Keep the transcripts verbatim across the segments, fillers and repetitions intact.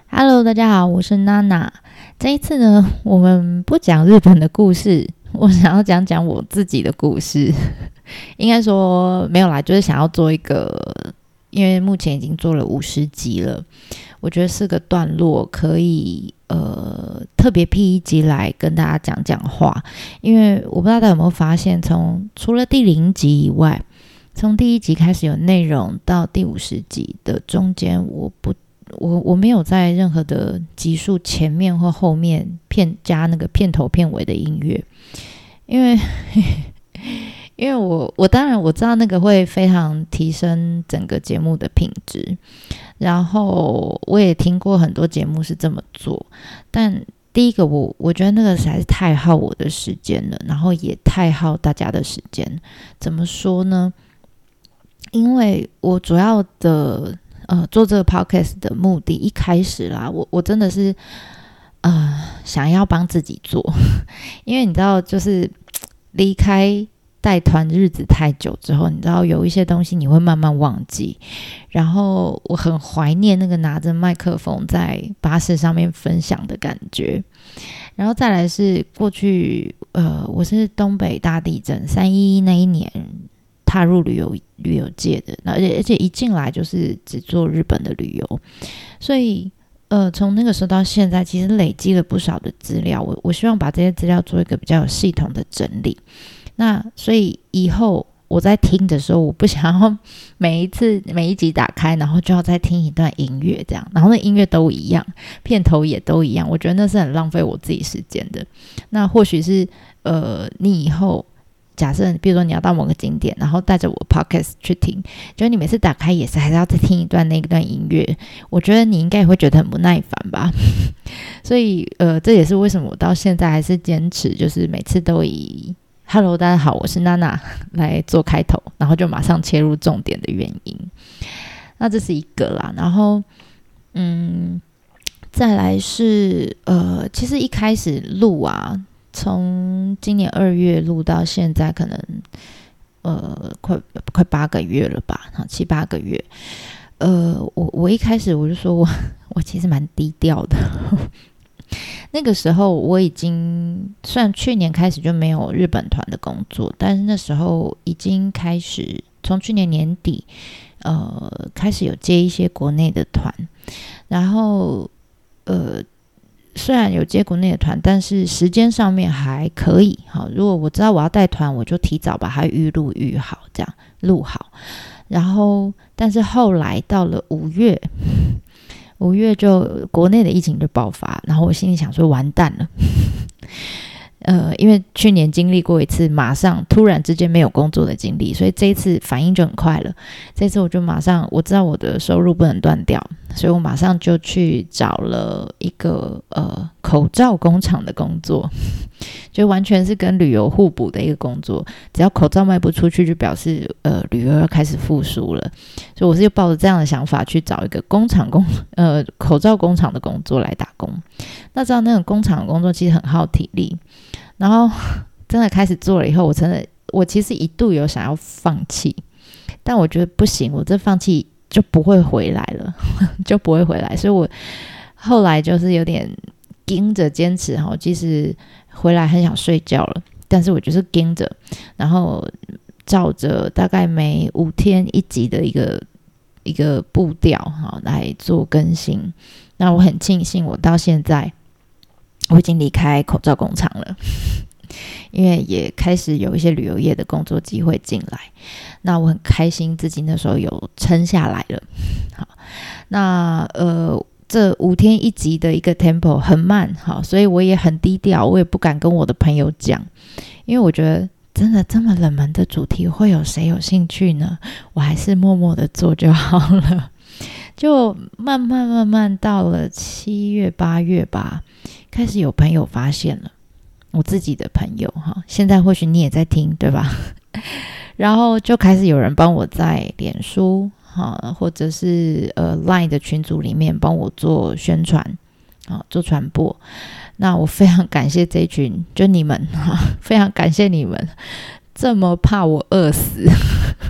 Hello， 大家好，我是娜娜。这一次呢，我们不讲日本的故事，我想要讲讲我自己的故事。应该说没有啦，就是想要做一个，因为目前已经做了五十集了，我觉得是个段落，可以呃特别辟一集来跟大家讲讲话。因为我不知道大家有没有发现，从除了第零集以外，从第一集开始有内容到第五十集的中间，我不我我没有在任何的集数前面或后面片加那个片头片尾的音乐，因为因为我我当然我知道那个会非常提升整个节目的品质，然后我也听过很多节目是这么做，但第一个我我觉得那个实在是太耗我的时间了，然后也太耗大家的时间。怎么说呢？因为我主要的呃做这个 podcast 的目的，一开始啦，我我真的是呃想要帮自己做，因为你知道，就是离开带团日子太久之后，你知道有一些东西你会慢慢忘记，然后我很怀念那个拿着麦克风在巴士上面分享的感觉。然后再来是过去呃我是东北大地震三一一那一年踏入旅游旅游界的，而且而且一进来就是只做日本的旅游，所以呃从那个时候到现在，其实累积了不少的资料。我我希望把这些资料做一个比较有系统的整理。那所以以后我在听的时候，我不想要每一次每一集打开，然后就要再听一段音乐这样，然后那音乐都一样，片头也都一样，我觉得那是很浪费我自己时间的。那或许是呃你以后假设比如说你要到某个景点，然后带着我 podcast 去听，就你每次打开也是还是要再听一段那一段音乐，我觉得你应该也会觉得很不耐烦吧。所以呃这也是为什么我到现在还是坚持，就是每次都以 Hello 大家好，我是娜娜来做开头，然后就马上切入重点的原因。那这是一个啦，然后嗯再来是呃其实一开始录啊，从今年二月录到现在，可能呃快快八个月了吧，七八个月。呃，我我一开始我就说我我其实蛮低调的。那个时候我已经虽然去年开始就没有日本团的工作，但是那时候已经开始从去年年底呃开始有接一些国内的团，然后呃。虽然有接国内的团，但是时间上面还可以。好，如果我知道我要带团，我就提早把它预录预好，这样录好。然后，但是后来到了五月，五月就国内的疫情就爆发，然后我心里想说完蛋了。呃，因为去年经历过一次马上突然之间没有工作的经历，所以这一次反应就很快了。这次我就马上我知道我的收入不能断掉，所以我马上就去找了一个呃口罩工厂的工作，就完全是跟旅游互补的一个工作。只要口罩卖不出去，就表示呃旅游要开始复苏了。所以我是就抱着这样的想法去找一个工厂工呃口罩工厂的工作来打工。那知道那种工厂的工作其实很耗体力。然后真的开始做了以后，我真的我其实一度有想要放弃，但我觉得不行，我这放弃就不会回来了，就不会回来，所以我后来就是有点盯着坚持哈，即使回来很想睡觉了，但是我就是盯着，然后照着大概每五天一集的一个一个步调哈来做更新。那我很庆幸，我到现在。我已经离开口罩工厂了，因为也开始有一些旅游业的工作机会进来。那我很开心自己那时候有撑下来了。好，那呃这五天一集的一个 tempo 很慢，好，所以我也很低调，我也不敢跟我的朋友讲，因为我觉得真的这么冷门的主题会有谁有兴趣呢？我还是默默的做就好了。就慢慢慢慢到了七月八月吧，开始有朋友发现了，我自己的朋友哈，现在或许你也在听对吧？然后就开始有人帮我在脸书哈，或者是呃 Line 的群组里面帮我做宣传啊，做传播。那我非常感谢这一群，就你们哈，非常感谢你们这么怕我饿死。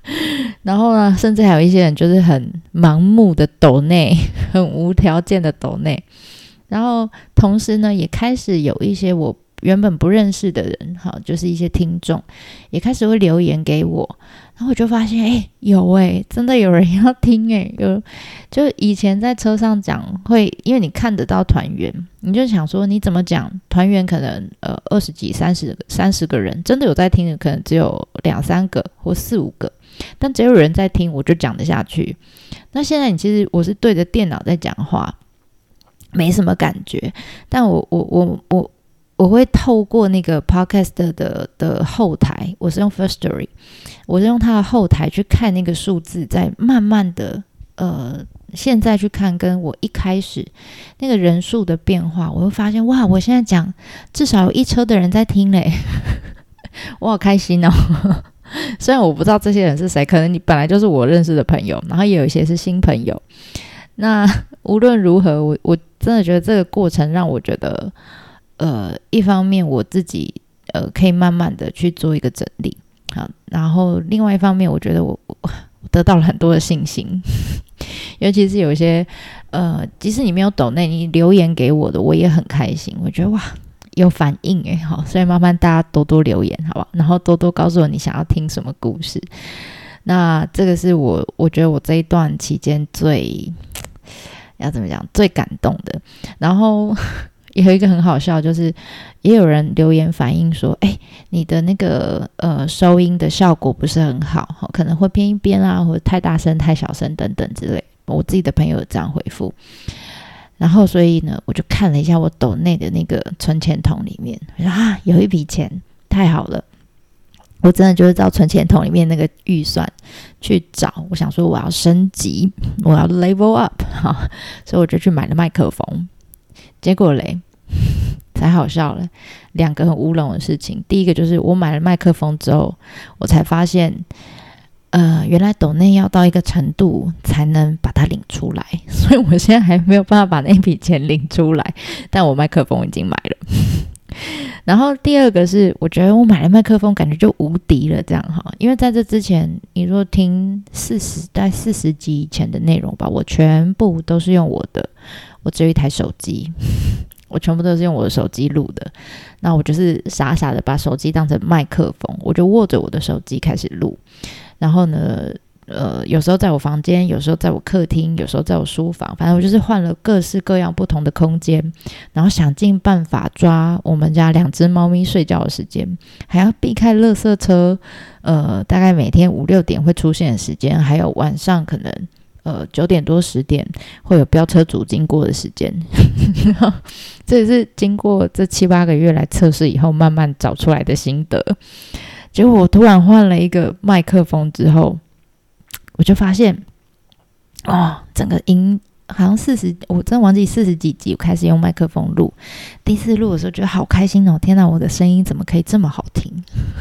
然后呢，甚至还有一些人就是很盲目的抖内，很无条件的抖内。然后同时呢，也开始有一些我原本不认识的人，好，就是一些听众也开始会留言给我，然后我就发现，哎，有哎，真的有人要听哎，有，就以前在车上讲会，因为你看得到团员，你就想说你怎么讲，团员可能呃二十几、三十、三十个人，真的有在听的，可能只有两三个或四五个，但只有人在听，我就讲得下去。那现在你其实我是对着电脑在讲话，没什么感觉，但我我我我。我会透过那个 podcast 的, 的后台，我是用 Firstory， 我是用它的后台去看那个数字，在慢慢的呃，现在去看跟我一开始那个人数的变化，我会发现哇，我现在讲至少有一车的人在听嘞，我好开心哦。虽然我不知道这些人是谁，可能你本来就是我认识的朋友，然后也有一些是新朋友。那无论如何，我我真的觉得这个过程让我觉得。呃，一方面我自己呃可以慢慢的去做一个整理，好，然后另外一方面，我觉得我我得到了很多的信心，尤其是有一些呃，即使你没有抖内，你留言给我的，我也很开心，我觉得哇有反应诶，好，所以麻烦大家多多留言，好吧，然后多多告诉我你想要听什么故事。那这个是我我觉得我这一段期间最要怎么讲最感动的，然后。也有一个很好笑，就是也有人留言反映说，哎，你的那个呃收音的效果不是很好，可能会偏一边啊，或者太大声、太小声等等之类。我自己的朋友有这样回复，然后所以呢，我就看了一下我抖内的那个存钱筒里面，我说啊，有一笔钱，太好了！我真的就是照存钱筒里面那个预算去找，我想说我要升级，我要 level up， 好，所以我就去买了麦克风。结果嘞，才好笑了，两个很乌龙的事情。第一个就是我买了麦克风之后，我才发现，呃，原来抖内要到一个程度才能把它领出来，所以我现在还没有办法把那笔钱领出来，但我麦克风已经买了。然后第二个是，我觉得我买了麦克风，感觉就无敌了，这样哈。因为在这之前，你若听四十大概四十集以前的内容吧，我全部都是用我的。我只有一台手机，我全部都是用我的手机录的。那我就是傻傻的把手机当成麦克风，我就握着我的手机开始录。然后呢，呃，有时候在我房间，有时候在我客厅，有时候在我书房，反正我就是换了各式各样不同的空间，然后想尽办法抓我们家两只猫咪睡觉的时间，还要避开垃圾车，呃，大概每天五六点会出现的时间，还有晚上可能。呃，九点多十点会有飙车主经过的时间，这也是经过这七八个月来测试以后慢慢找出来的心得。结果我突然换了一个麦克风之后，我就发现，哦，整个音好像四十，我真的忘记四十几集，我开始用麦克风录。第一次录的时候觉得好开心哦！天哪，我的声音怎么可以这么好听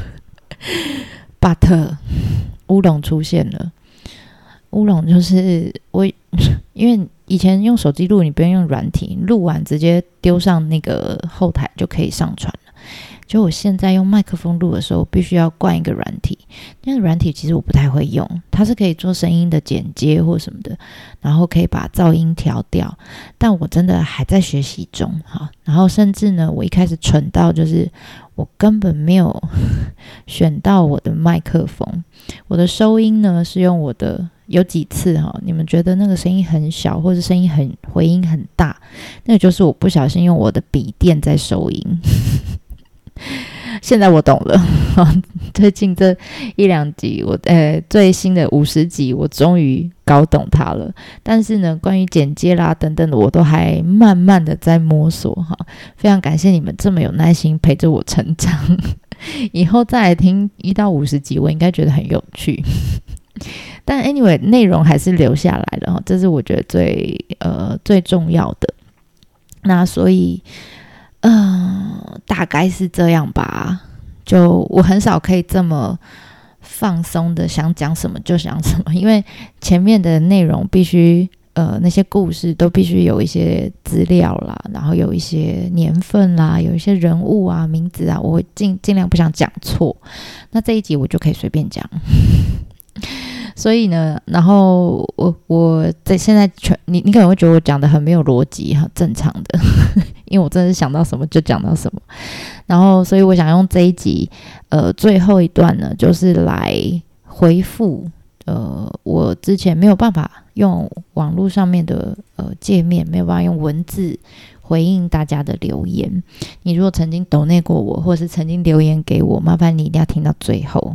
？But 乌龙出现了。乌龙就是我，因为以前用手机录，你不用用软体，录完直接丢上那个后台就可以上传了。就我现在用麦克风录的时候，必须要灌一个软体，那个软体其实我不太会用，它是可以做声音的剪接或什么的，然后可以把噪音调掉，但我真的还在学习中哈。然后甚至呢，我一开始蠢到就是我根本没有选到我的麦克风，我的收音呢是用我的。有几次哈，你们觉得那个声音很小，或者声音很回音很大，那个就是我不小心用我的笔电在收音。现在我懂了，最近这一两集，我呃最新的五十集，我终于搞懂它了。但是呢，关于剪接啦等等的，我都还慢慢的在摸索哈。非常感谢你们这么有耐心陪着我成长，以后再来听一到五十集，我应该觉得很有趣。但 anyway 内容还是留下来了，这是我觉得最呃最重要的。那所以呃大概是这样吧，就我很少可以这么放松的想讲什么就讲什么，因为前面的内容必须呃那些故事都必须有一些资料啦，然后有一些年份啦，有一些人物啊名字啊，我会尽尽量不想讲错。那这一集我就可以随便讲。 所以呢，然后我我在现在全你你可能会觉得我讲的很没有逻辑，很正常的，因为我真的是想到什么就讲到什么。然后，所以我想用这一集呃最后一段呢，就是来回复呃我之前没有办法用网络上面的呃界面，没有办法用文字回应大家的留言。你如果曾经抖内过我，或是曾经留言给我，麻烦你一定要听到最后。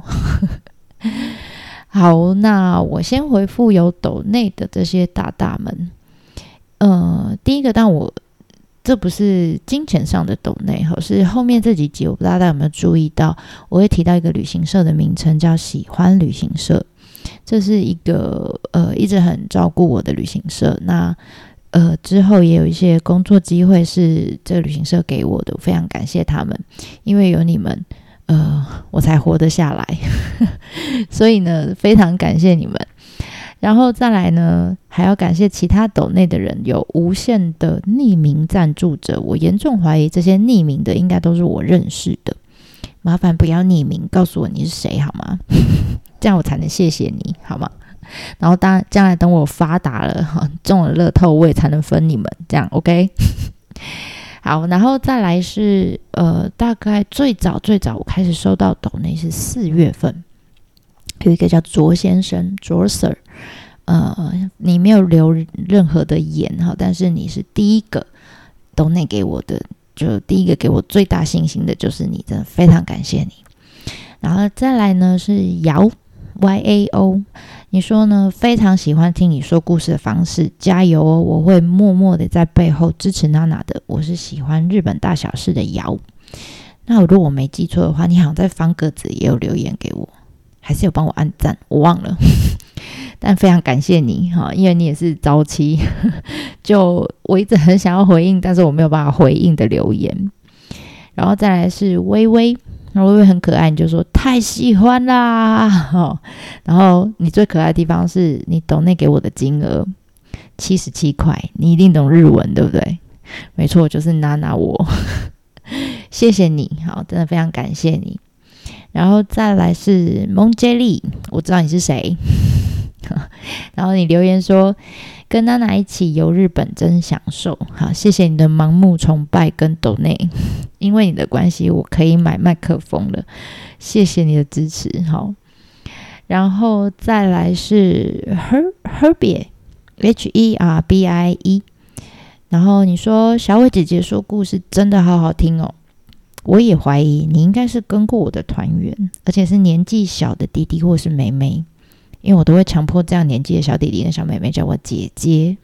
好，那我先回复有抖内的这些大大们。呃，第一个，但我这不是金钱上的抖内，是后面这几集，我不知道大家有没有注意到，我会提到一个旅行社的名称叫喜欢旅行社。这是一个呃一直很照顾我的旅行社。那呃之后也有一些工作机会是这个旅行社给我的，我非常感谢他们，因为有你们呃我才活得下来所以呢非常感谢你们。然后再来呢，还要感谢其他抖内的人，有无限的匿名赞助者。我严重怀疑这些匿名的应该都是我认识的，麻烦不要匿名，告诉我你是谁好吗？这样我才能谢谢你好吗？然后当然将来等我发达了，中了乐透，我也才能分你们，这样 OK 好，然后再来是呃，大概最早最早我开始收到抖内是四月份，有一个叫卓先生卓 Sir， 呃，你没有留任何的言，但是你是第一个抖内给我的，就第一个给我最大信心的就是你，真的非常感谢你。然后再来呢是姚 Y A O， 你说呢，非常喜欢听你说故事的方式，加油哦，我会默默的在背后支持娜娜的。我是喜欢日本大小事的姚。那如果我没记错的话，你好像在方格子也有留言给我，还是有帮我按赞，我忘了但非常感谢你，因为你也是早期就我一直很想要回应，但是我没有办法回应的留言。然后再来是微微，然后微微很可爱，你就说太喜欢啦、哦、然后你最可爱的地方是你抖内给我的金额七十七块，你一定懂日文对不对？没错，就是娜娜我谢谢你，好，真的非常感谢你。然后再来是蒙杰利，我知道你是谁然后你留言说跟娜娜一起游日本真享受，好，谢谢你的盲目崇拜跟抖内，因为你的关系我可以买麦克风了，谢谢你的支持。好，然后再来是 Her, Herbie H E R B I E， 然后你说小伟姐姐说故事真的好好听哦，我也怀疑你应该是跟过我的团员，而且是年纪小的弟弟或是妹妹，因为我都会强迫这样年纪的小弟弟跟小妹妹叫我姐姐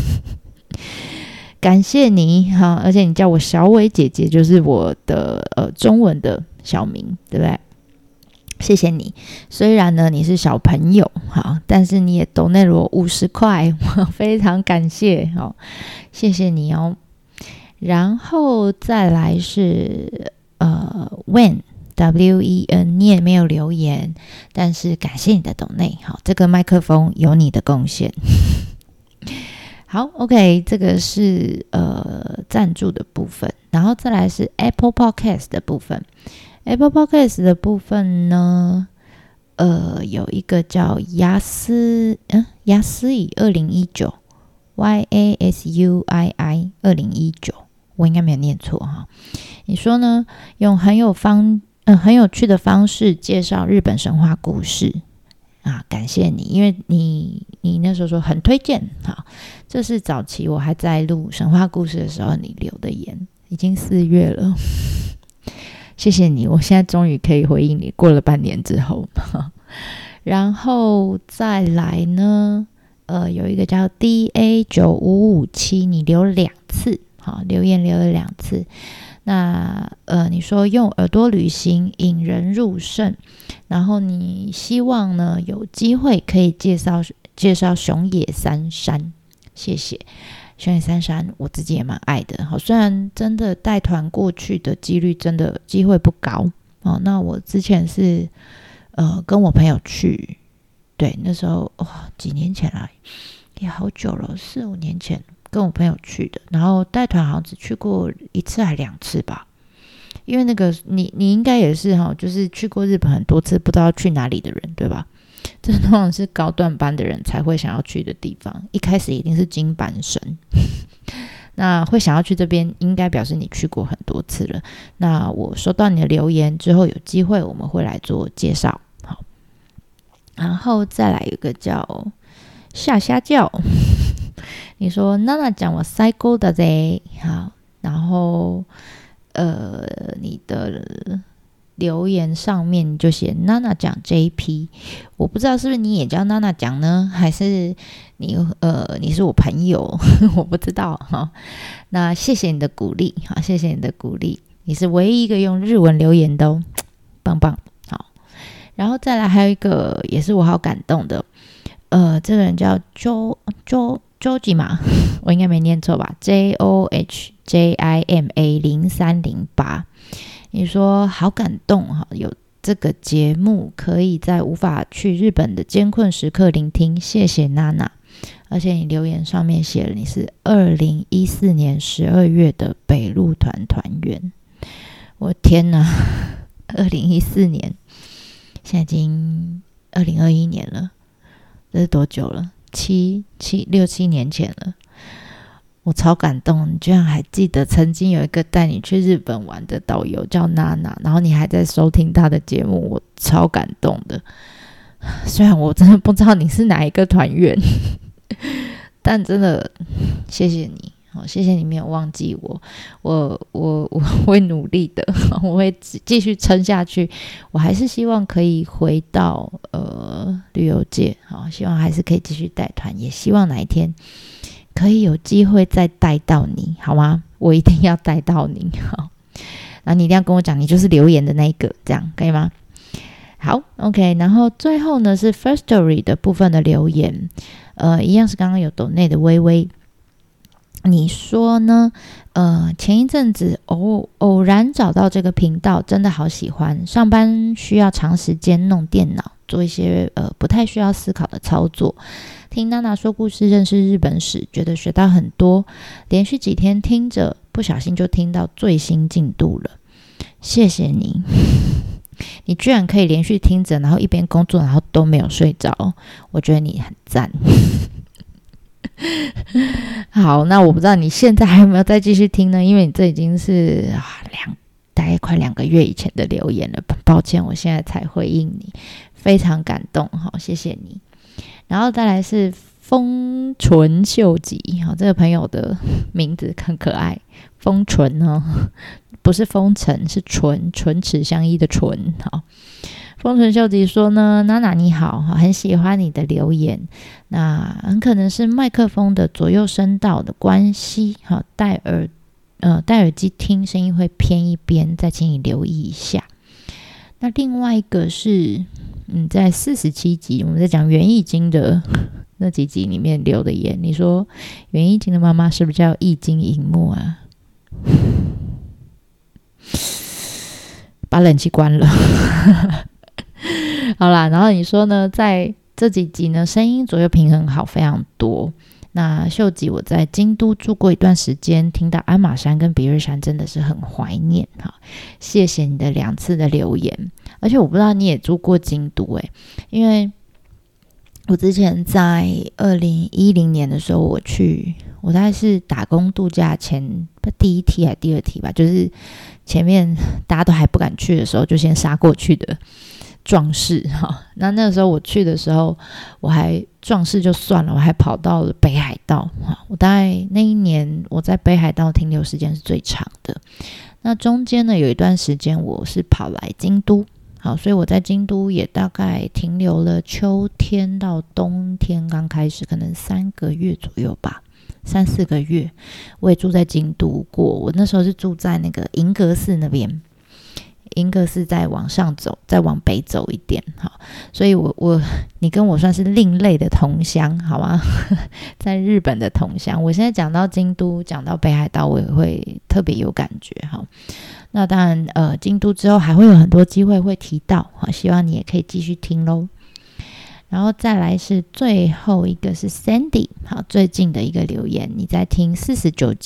感谢你，好，而且你叫我小伟姐姐，就是我的呃中文的小名，对不对？谢谢你。虽然呢你是小朋友，好，但是你也抖内了我五十块，我非常感谢，好，谢谢你哦。然后再来是呃 When W E N， 你也没有留言，但是感谢你的抖内，好，这个麦克风有你的贡献好 OK， 这个是呃赞助的部分。然后再来是 Apple Podcast 的部分。 Apple Podcast 的部分呢呃有一个叫雅思嗯雅思以二零一九 Y A S U I I 二零一九，我应该没有念错哈。你说呢，用很有方嗯很有趣的方式介绍日本神话故事啊，感谢你，因为你你那时候说很推荐，好，这是早期我还在录神话故事的时候你留的言，已经四月了谢谢你，我现在终于可以回应你，过了半年之后然后再来呢呃，有一个叫 D A 九五五七， 你留了两次，好，留言留了两次。那呃，你说用耳朵旅行引人入胜，然后你希望呢有机会可以介绍介绍熊野三山，谢谢。熊野三山我自己也蛮爱的，好，虽然真的带团过去的几率真的机会不高哦。那我之前是呃跟我朋友去，对，那时候哇、哦、几年前了，也好久了，四五年前。跟我朋友去的，然后带团好像只去过一次还两次吧，因为那个你你应该也是哈，就是去过日本很多次不知道去哪里的人对吧？ 这通常是高段班的人才会想要去的地方，一开始一定是金班生。那会想要去这边，应该表示你去过很多次了。那我收到你的留言之后，有机会我们会来做介绍。好，然后再来一个叫下虾叫，你说娜娜讲我塞沟的啫，好，然后呃，你的留言上面就写娜娜讲 J P， 我不知道是不是你也叫娜娜讲呢，还是你呃你是我朋友，我不知道哈。那谢谢你的鼓励，好，谢谢你的鼓励，你是唯一一个用日文留言的哦，棒棒。好，然后再来还有一个也是我好感动的，呃，这个人叫 Jo Jo Joji 嘛，我应该没念错吧 ？J O H J I M A 零三零八。你说好感动哈，有这个节目可以在无法去日本的艰困时刻聆听，谢谢娜娜。而且你留言上面写了你是二零一四年十二月的北陆团团员，我天哪，二零一四年，现在已经二零二一年了，这是多久了？七七六七年前了。我超感动，你居然还记得曾经有一个带你去日本玩的导游叫娜娜，然后你还在收听他的节目，我超感动的。虽然我真的不知道你是哪一个团员，但真的谢谢你，好，谢谢你没有忘记我，我我我会努力的，我会继续撑下去。我还是希望可以回到呃旅游界，好，希望还是可以继续带团，也希望哪一天可以有机会再带到你，好吗？我一定要带到你，好，然后你一定要跟我讲，你就是留言的那一个，这样可以吗？好 ，OK， 然后最后呢是 Firstory 的部分的留言，呃，一样是刚刚有抖内的微微，你说呢？呃，前一阵子偶偶然找到这个频道，真的好喜欢。上班需要长时间弄电脑，做一些呃不太需要思考的操作。听娜娜说故事，认识日本史，觉得学到很多。连续几天听着，不小心就听到最新进度了。谢谢你，你居然可以连续听着，然后一边工作，然后都没有睡着，我觉得你很赞。好，那我不知道你现在还有没有再继续听呢？因为你这已经是啊两大概快两个月以前的留言了，抱歉，我现在才回应你，非常感动，好，谢谢你。然后再来是丰唇秀吉，好，这个朋友的名字很可爱，丰唇哦，不是风尘，是唇，唇齿相依的唇，好。丰唇秀吉说呢，娜娜你好，很喜欢你的留言，那很可能是麦克风的左右声道的关系，好，戴耳呃戴耳机听声音会偏一边，再请你留意一下。那另外一个是嗯，在四十七集我们在讲园艺经的那几集里面留的言，你说园艺经的妈妈是不是叫易经荧幕啊？把冷气关了。好啦，然后你说呢，在这几集呢，声音左右平衡好非常多。那秀吉，我在京都住过一段时间，听到鞍马山跟比叡山真的是很怀念哈。谢谢你的两次的留言，而且我不知道你也住过京都诶，因为我之前在二零一零年的时候，我去，我大概是打工度假前第一梯还是第二梯吧，就是前面大家都还不敢去的时候，就先杀过去的。壮士哈，那那个时候我去的时候，我还壮士就算了，我还跑到了北海道哈。我大概那一年我在北海道停留时间是最长的。那中间呢有一段时间我是跑来京都，好，所以我在京都也大概停留了秋天到冬天刚开始，可能三个月左右吧，三四个月。我也住在京都过，我那时候是住在那个银阁寺那边。银阁寺再往上走，再往北走一点，好，所以我我你跟我算是另类的同乡，好吗？在日本的同乡，我现在讲到京都，讲到北海道，我也会特别有感觉，好。那当然，呃，京都之后还会有很多机会会提到，好，希望你也可以继续听咯。然后再来是最后一个是 Sandy， 好，最近的一个留言，你在听四十九集，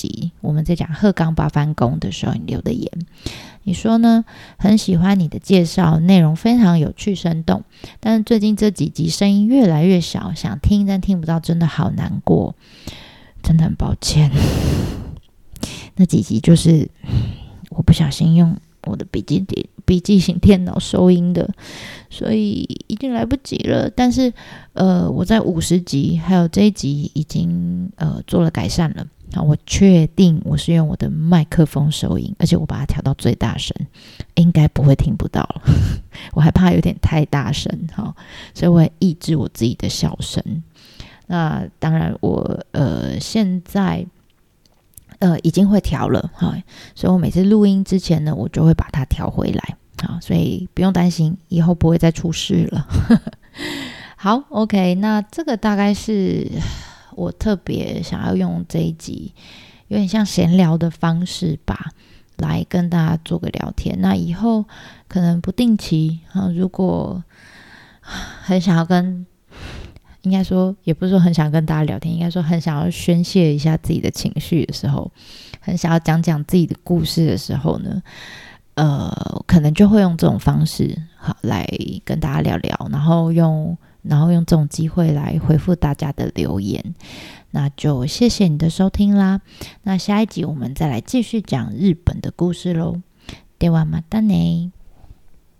我们在讲鹤冈八幡宫的时候你留的言。你说呢，很喜欢你的介绍，内容非常有趣生动，但是最近这几集声音越来越小，想听但听不到，真的好难过，真的很抱歉。那几集就是我不小心用我的笔记笔记型电脑收音的，所以已经来不及了。但是呃，我在五十集还有这一集已经呃做了改善了。好，我确定我是用我的麦克风收音，而且我把它调到最大声，应该不会听不到了。我还怕有点太大声，好，所以我会抑制我自己的笑声。那当然我呃现在呃已经会调了，好，所以我每次录音之前呢，我就会把它调回来，好，所以不用担心，以后不会再出事了。好 OK， 那这个大概是我特别想要用这一集有点像闲聊的方式吧，来跟大家做个聊天。那以后可能不定期、啊、如果很想要跟应该说也不是说很想跟大家聊天，应该说很想要宣泄一下自己的情绪的时候，很想要讲讲自己的故事的时候呢，呃，可能就会用这种方式好来跟大家聊聊，然后用然后用这种机会来回复大家的留言。那就谢谢你的收听啦，那下一集我们再来继续讲日本的故事咯。ではまたね。